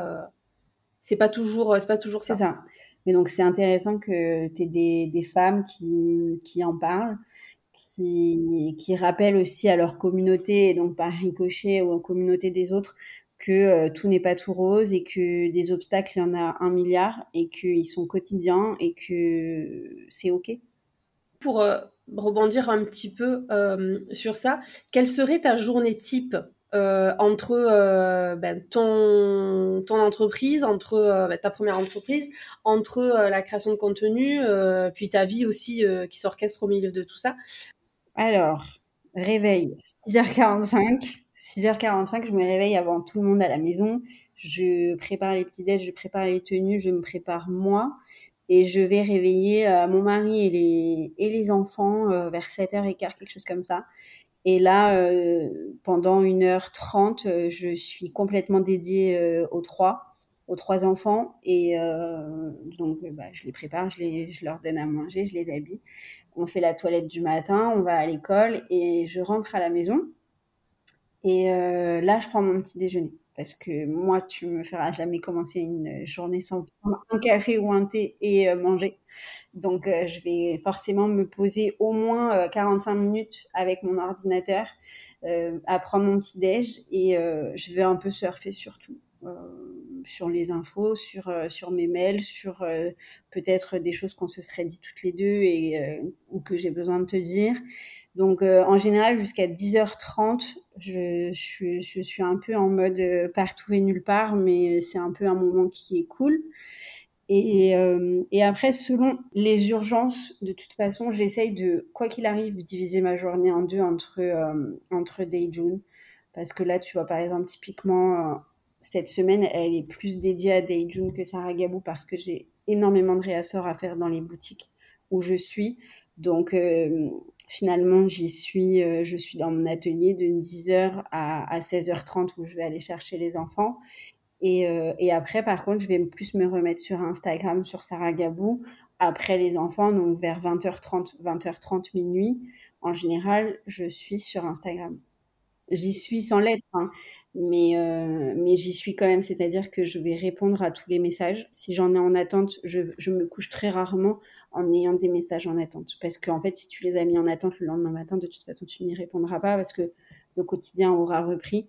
c'est pas toujours C'est ça. ça. Mais donc, c'est intéressant que tu aies des femmes qui en parlent, qui rappellent aussi à leur communauté, et donc par ricochet ou aux communautés des autres, que tout n'est pas tout rose et que des obstacles, il y en a un milliard et qu'ils sont quotidiens et que c'est OK. Pour rebondir un petit peu sur ça, quelle serait ta journée type entre ben, ton entreprise, entre ben, ta première entreprise, entre la création de contenu, puis ta vie aussi qui s'orchestre au milieu de tout ça. Alors, réveil, 6h45. 6h45, je me réveille avant tout le monde à la maison. Je prépare les petits déj, je prépare les tenues, je me prépare moi. Et je vais réveiller mon mari et les enfants vers 7h15, quelque chose comme ça. Et là, pendant 1h30, je suis complètement dédiée aux trois enfants. Et donc, bah, je les prépare, je leur donne à manger, je les habille. On fait la toilette du matin, on va à l'école et je rentre à la maison. Et là, je prends mon petit déjeuner. parce que moi, tu me feras jamais commencer une journée sans prendre un café ou un thé et manger. Donc, je vais forcément me poser au moins 45 minutes avec mon ordinateur à prendre mon petit déj et je vais un peu surfer sur tout. Sur les infos, sur mes mails, sur peut-être des choses qu'on se serait dit toutes les deux ou que j'ai besoin de te dire. Donc, en général, jusqu'à 10h30, je suis un peu en mode partout et nulle part, mais c'est un peu un moment qui est cool. Et après, selon les urgences, de toute façon, j'essaye de, quoi qu'il arrive, diviser ma journée en deux entre Day et June. Parce que là, tu vois, par exemple, typiquement, cette semaine, elle est plus dédiée à Day June que Sarah Gabou parce que j'ai énormément de réassorts à faire dans les boutiques où je suis. Donc, finalement, je suis dans mon atelier de 10h à 16h30 où je vais aller chercher les enfants. Et après, par contre, je vais plus me remettre sur Instagram, sur Sarah Gabou, après les enfants, donc vers 20h30, minuit. En général, je suis sur Instagram. J'y suis sans lettres, hein, mais j'y suis quand même. C'est-à-dire que je vais répondre à tous les messages. Si j'en ai en attente, je me couche très rarement en ayant des messages en attente. Parce qu'en fait, si tu les as mis en attente le lendemain matin, de toute façon, tu n'y répondras pas parce que le quotidien aura repris.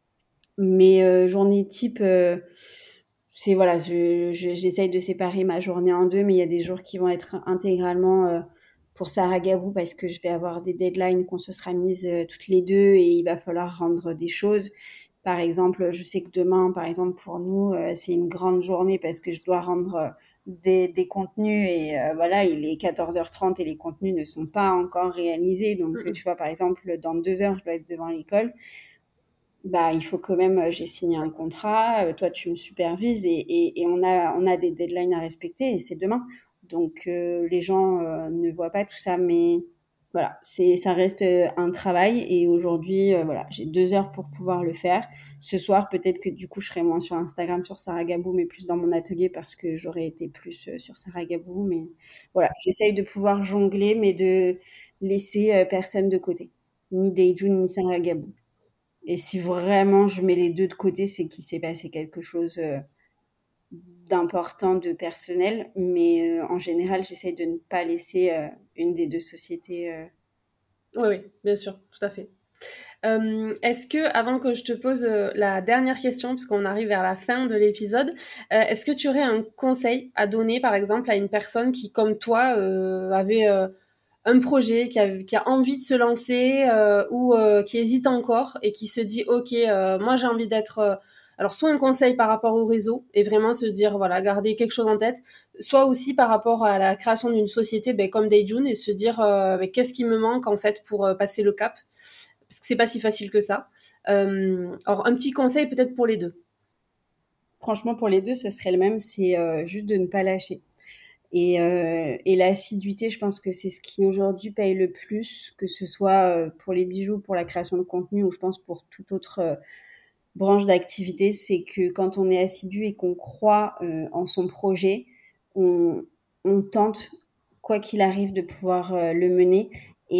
Mais journée type, c'est voilà, j'essaye de séparer ma journée en deux, mais il y a des jours qui vont être intégralement pour Sarah Gabou parce que je vais avoir des deadlines qu'on se sera mises toutes les deux et il va falloir rendre des choses. Par exemple, je sais que demain, par exemple, pour nous, c'est une grande journée parce que je dois rendre des contenus et voilà, il est 14h30 et les contenus ne sont pas encore réalisés. Donc, tu vois, par exemple, dans 2 heures, je dois être devant l'école. Bah, il faut quand même, j'ai signé un contrat, toi tu me supervises et on a des deadlines à respecter et c'est demain. Donc les gens ne voient pas tout ça, mais voilà, ça reste un travail et aujourd'hui, voilà, j'ai 2 heures pour pouvoir le faire. Ce soir, peut-être que du coup, je serai moins sur Instagram, sur Sarah Gabou, mais plus dans mon atelier parce que j'aurais été plus sur Sarah Gabou. Mais voilà, j'essaye de pouvoir jongler, mais de laisser personne de côté, ni Dayjun, ni Sarah Gabou. Et si vraiment je mets les deux de côté, c'est qu'il s'est passé quelque chose d'important, de personnel. Mais en général, j'essaye de ne pas laisser une des deux sociétés. Oui, oui, bien sûr, tout à fait. Est-ce que, avant que je te pose la dernière question, puisqu'on arrive vers la fin de l'épisode, est-ce que tu aurais un conseil à donner, par exemple, à une personne qui, comme toi, avait un projet, qui a envie de se lancer ou qui hésite encore et qui se dit, OK, moi j'ai envie d'être... alors, soit un conseil par rapport au réseau et vraiment se dire, voilà, garder quelque chose en tête, soit aussi par rapport à la création d'une société comme Dayjun et se dire, qu'est-ce qui me manque en fait pour passer le cap parce que c'est pas si facile que ça. Alors, un petit conseil peut-être pour les deux. Franchement, pour les deux, ce serait le même, c'est juste de ne pas lâcher. Et l'assiduité, je pense que c'est ce qui aujourd'hui paye le plus, que ce soit pour les bijoux, pour la création de contenu ou je pense pour toute autre branche d'activité, c'est que quand on est assidu et qu'on croit en son projet, on, on tente, quoi qu'il arrive, de pouvoir le mener.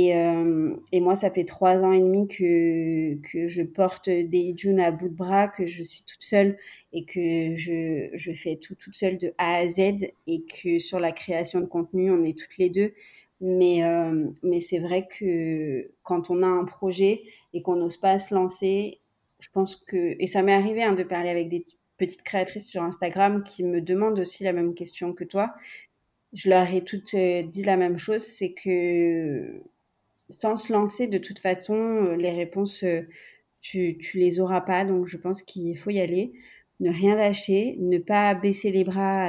Et moi, ça fait 3 ans et demi que je porte des June à bout de bras, que je suis toute seule et que je fais tout toute seule de A à Z et que sur la création de contenu, on est toutes les deux. Mais c'est vrai que quand on a un projet et qu'on n'ose pas se lancer, je pense que, et ça m'est arrivé de parler avec des petites créatrices sur Instagram qui me demandent aussi la même question que toi. Je leur ai toutes dit la même chose, c'est que sans se lancer, de toute façon, les réponses, tu les auras pas. Donc, je pense qu'il faut y aller, ne rien lâcher, ne pas baisser les bras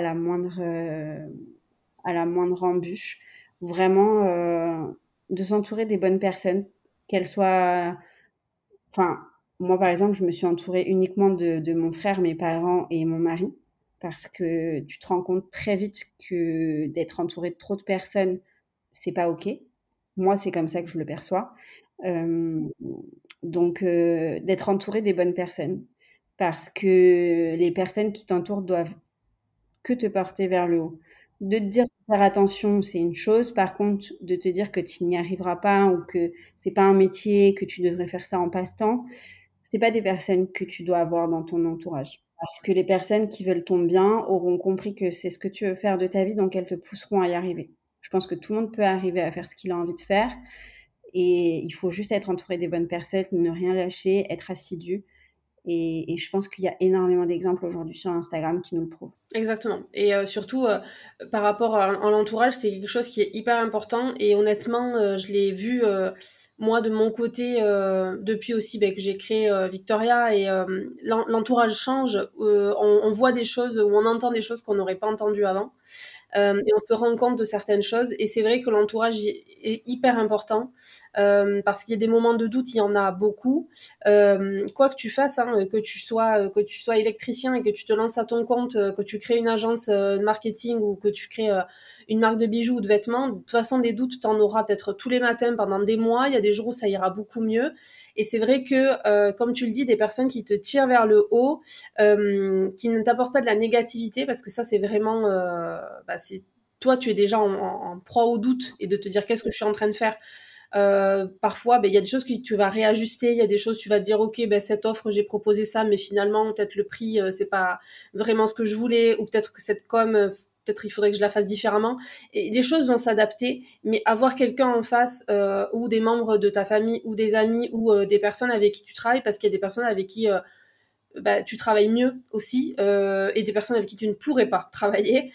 à la moindre embûche. Vraiment, de s'entourer des bonnes personnes, qu'elles soient enfin, moi, par exemple, je me suis entourée uniquement de mon frère, mes parents et mon mari, parce que tu te rends compte très vite que d'être entouré de trop de personnes, c'est pas OK. Moi, c'est comme ça que je le perçois. Euh, donc, d'être entouré des bonnes personnes, parce que les personnes qui t'entourent doivent que te porter vers le haut. De te dire de faire attention, c'est une chose. Par contre, de te dire que tu n'y arriveras pas ou que c'est pas un métier, que tu devrais faire ça en passe-temps, c'est pas des personnes que tu dois avoir dans ton entourage. Parce que les personnes qui veulent ton bien auront compris que c'est ce que tu veux faire de ta vie, donc elles te pousseront à y arriver. Je pense que tout le monde peut arriver à faire ce qu'il a envie de faire et il faut juste être entouré des bonnes personnes, ne rien lâcher, être assidu. Et je pense qu'il y a énormément d'exemples aujourd'hui sur Instagram qui nous le prouvent. Exactement. Et surtout, par rapport à l'entourage, c'est quelque chose qui est hyper important. Et honnêtement, je l'ai vu, moi, de mon côté, depuis aussi que j'ai créé Victoria. Et l'entourage change. On voit des choses ou on entend des choses qu'on n'aurait pas entendues avant. Et on se rend compte de certaines choses. Et c'est vrai que l'entourage est hyper important parce qu'il y a des moments de doute, il y en a beaucoup. Quoi que tu fasses, hein, que tu sois électricien et que tu te lances à ton compte, que tu crées une agence de marketing ou que tu crées une marque de bijoux ou de vêtements, de toute façon, des doutes, t'en auras peut-être tous les matins pendant des mois. Il y a des jours où ça ira beaucoup mieux. Et c'est vrai que, comme tu le dis, des personnes qui te tirent vers le haut, qui ne t'apportent pas de la négativité, parce que ça, c'est vraiment... c'est toi, tu es déjà en proie au doute et de te dire qu'est-ce que je suis en train de faire. Parfois, il y a des choses que tu vas réajuster, il y a des choses tu vas te dire ok, cette offre j'ai proposé ça, mais finalement peut-être le prix c'est pas vraiment ce que je voulais, ou peut-être que cette com peut-être il faudrait que je la fasse différemment. Et les choses vont s'adapter, mais avoir quelqu'un en face ou des membres de ta famille ou des amis ou des personnes avec qui tu travailles, parce qu'il y a des personnes avec qui tu travailles mieux aussi, et des personnes avec qui tu ne pourrais pas travailler,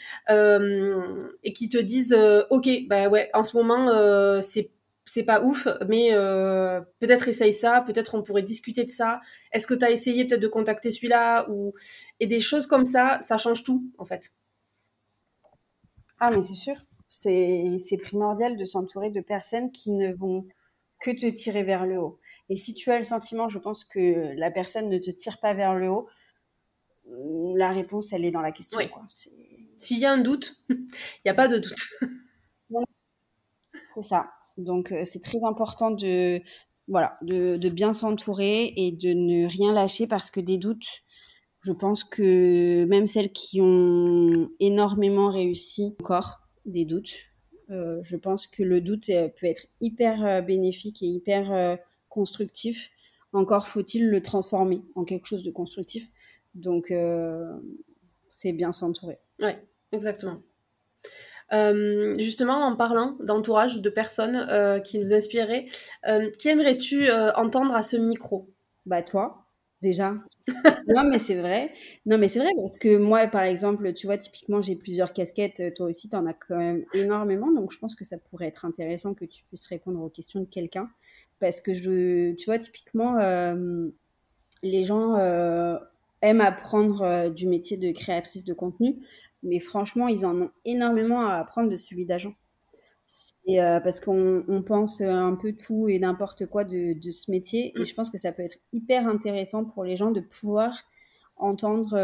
et qui te disent ok, ouais, en ce moment c'est pas ouf, mais peut-être essaye ça, peut-être on pourrait discuter de ça. Est-ce que tu as essayé peut-être de contacter celui-là ou... Et des choses comme ça change tout en fait. Ah, mais c'est sûr, c'est primordial de s'entourer de personnes qui ne vont que te tirer vers le haut. Et si tu as le sentiment, je pense que la personne ne te tire pas vers le haut, la réponse, elle est dans la question, Oui. quoi. S'il y a un doute, il n'y a pas de doute. C'est ça. Donc, c'est très important voilà, de bien s'entourer et de ne rien lâcher parce que des doutes, je pense que même celles qui ont énormément réussi, encore des doutes. Je pense que le doute peut être hyper bénéfique et hyper constructif. Encore faut-il le transformer en quelque chose de constructif. Donc, c'est bien s'entourer. Oui, exactement. Justement, en parlant d'entourage, de personnes qui nous inspiraient, qui aimerais-tu entendre à ce micro? Bah toi, déjà. Non, mais c'est vrai. Non, mais c'est vrai parce que moi, par exemple, tu vois, typiquement, j'ai plusieurs casquettes. Toi aussi, tu en as quand même énormément. Donc, je pense que ça pourrait être intéressant que tu puisses répondre aux questions de quelqu'un. Parce que tu vois, typiquement, les gens aiment apprendre du métier de créatrice de contenu. Mais franchement, ils en ont énormément à apprendre de celui d'agent. Parce qu'on pense un peu tout et n'importe quoi de ce métier. Et Mm. je pense que ça peut être hyper intéressant pour les gens de pouvoir entendre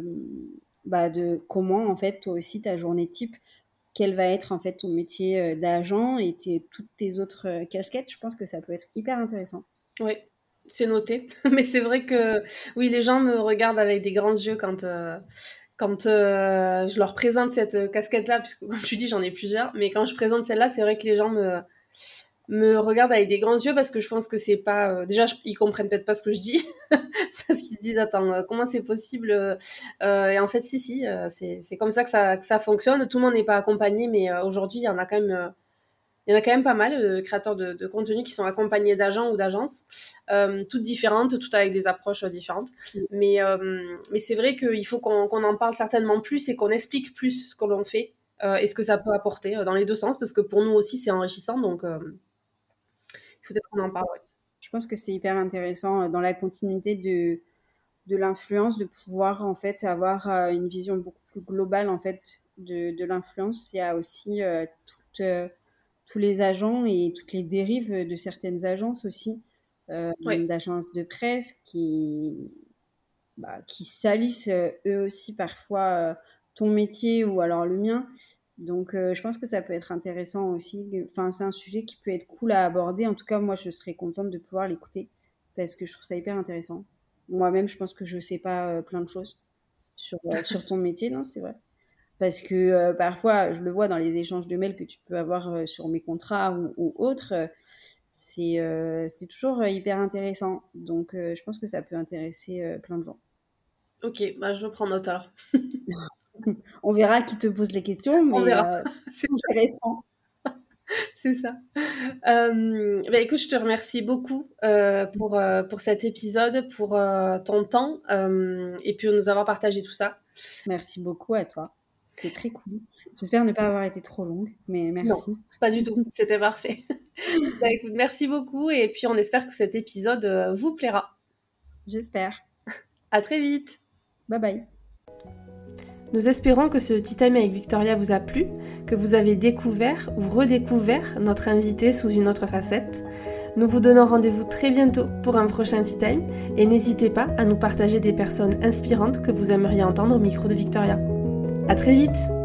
de comment, en fait, toi aussi, ta journée type, quel va être, en fait, ton métier d'agent et toutes tes autres casquettes. Je pense que ça peut être hyper intéressant. Oui, c'est noté. Mais c'est vrai que oui, les gens me regardent avec des grands yeux quand je leur présente cette casquette-là, puisque comme tu dis, j'en ai plusieurs. Mais quand je présente celle-là, c'est vrai que les gens me regardent avec des grands yeux parce que je pense que c'est pas... déjà, ils comprennent peut-être pas ce que je dis parce qu'ils se disent, attends, comment c'est possible et en fait, si, c'est comme ça que ça fonctionne. Tout le monde n'est pas accompagné, mais aujourd'hui, il y en a quand même pas mal, créateurs de contenu qui sont accompagnés d'agents ou d'agences, toutes différentes, toutes avec des approches différentes. Mais c'est vrai qu'il faut qu'on en parle certainement plus et qu'on explique plus ce que l'on fait et ce que ça peut apporter dans les deux sens, parce que pour nous aussi, c'est enrichissant, donc il faut peut-être qu'on en parle. Ouais. Je pense que c'est hyper intéressant dans la continuité de l'influence, de pouvoir en fait avoir une vision beaucoup plus globale en fait de l'influence. Il y a aussi tous les agents et toutes les dérives de certaines agences aussi, Ouais. d'agences de presse qui salissent eux aussi parfois ton métier ou alors le mien. Donc, je pense que ça peut être intéressant aussi. Enfin, c'est un sujet qui peut être cool à aborder. En tout cas, moi, je serais contente de pouvoir l'écouter parce que je trouve ça hyper intéressant. Moi-même, je pense que je sais pas plein de choses sur ton métier, non, c'est vrai. Parce que parfois, je le vois dans les échanges de mails que tu peux avoir sur mes contrats ou autres. c'est toujours hyper intéressant. Donc, je pense que ça peut intéresser plein de gens. Ok, je prends note alors. On verra qui te pose les questions, mais On verra. c'est intéressant. C'est ça. Écoute, je te remercie beaucoup pour cet épisode, pour ton temps et puis nous avoir partagé tout ça. Merci beaucoup à toi. C'était très cool. J'espère ne pas avoir été trop longue, mais merci. Non, pas du tout. C'était parfait. Écoute, merci beaucoup et puis on espère que cet épisode vous plaira. J'espère. À très vite. Bye bye. Nous espérons que ce Tea Time avec Victoria vous a plu, que vous avez découvert ou redécouvert notre invitée sous une autre facette. Nous vous donnons rendez-vous très bientôt pour un prochain Tea Time et n'hésitez pas à nous partager des personnes inspirantes que vous aimeriez entendre au micro de Victoria. À très vite!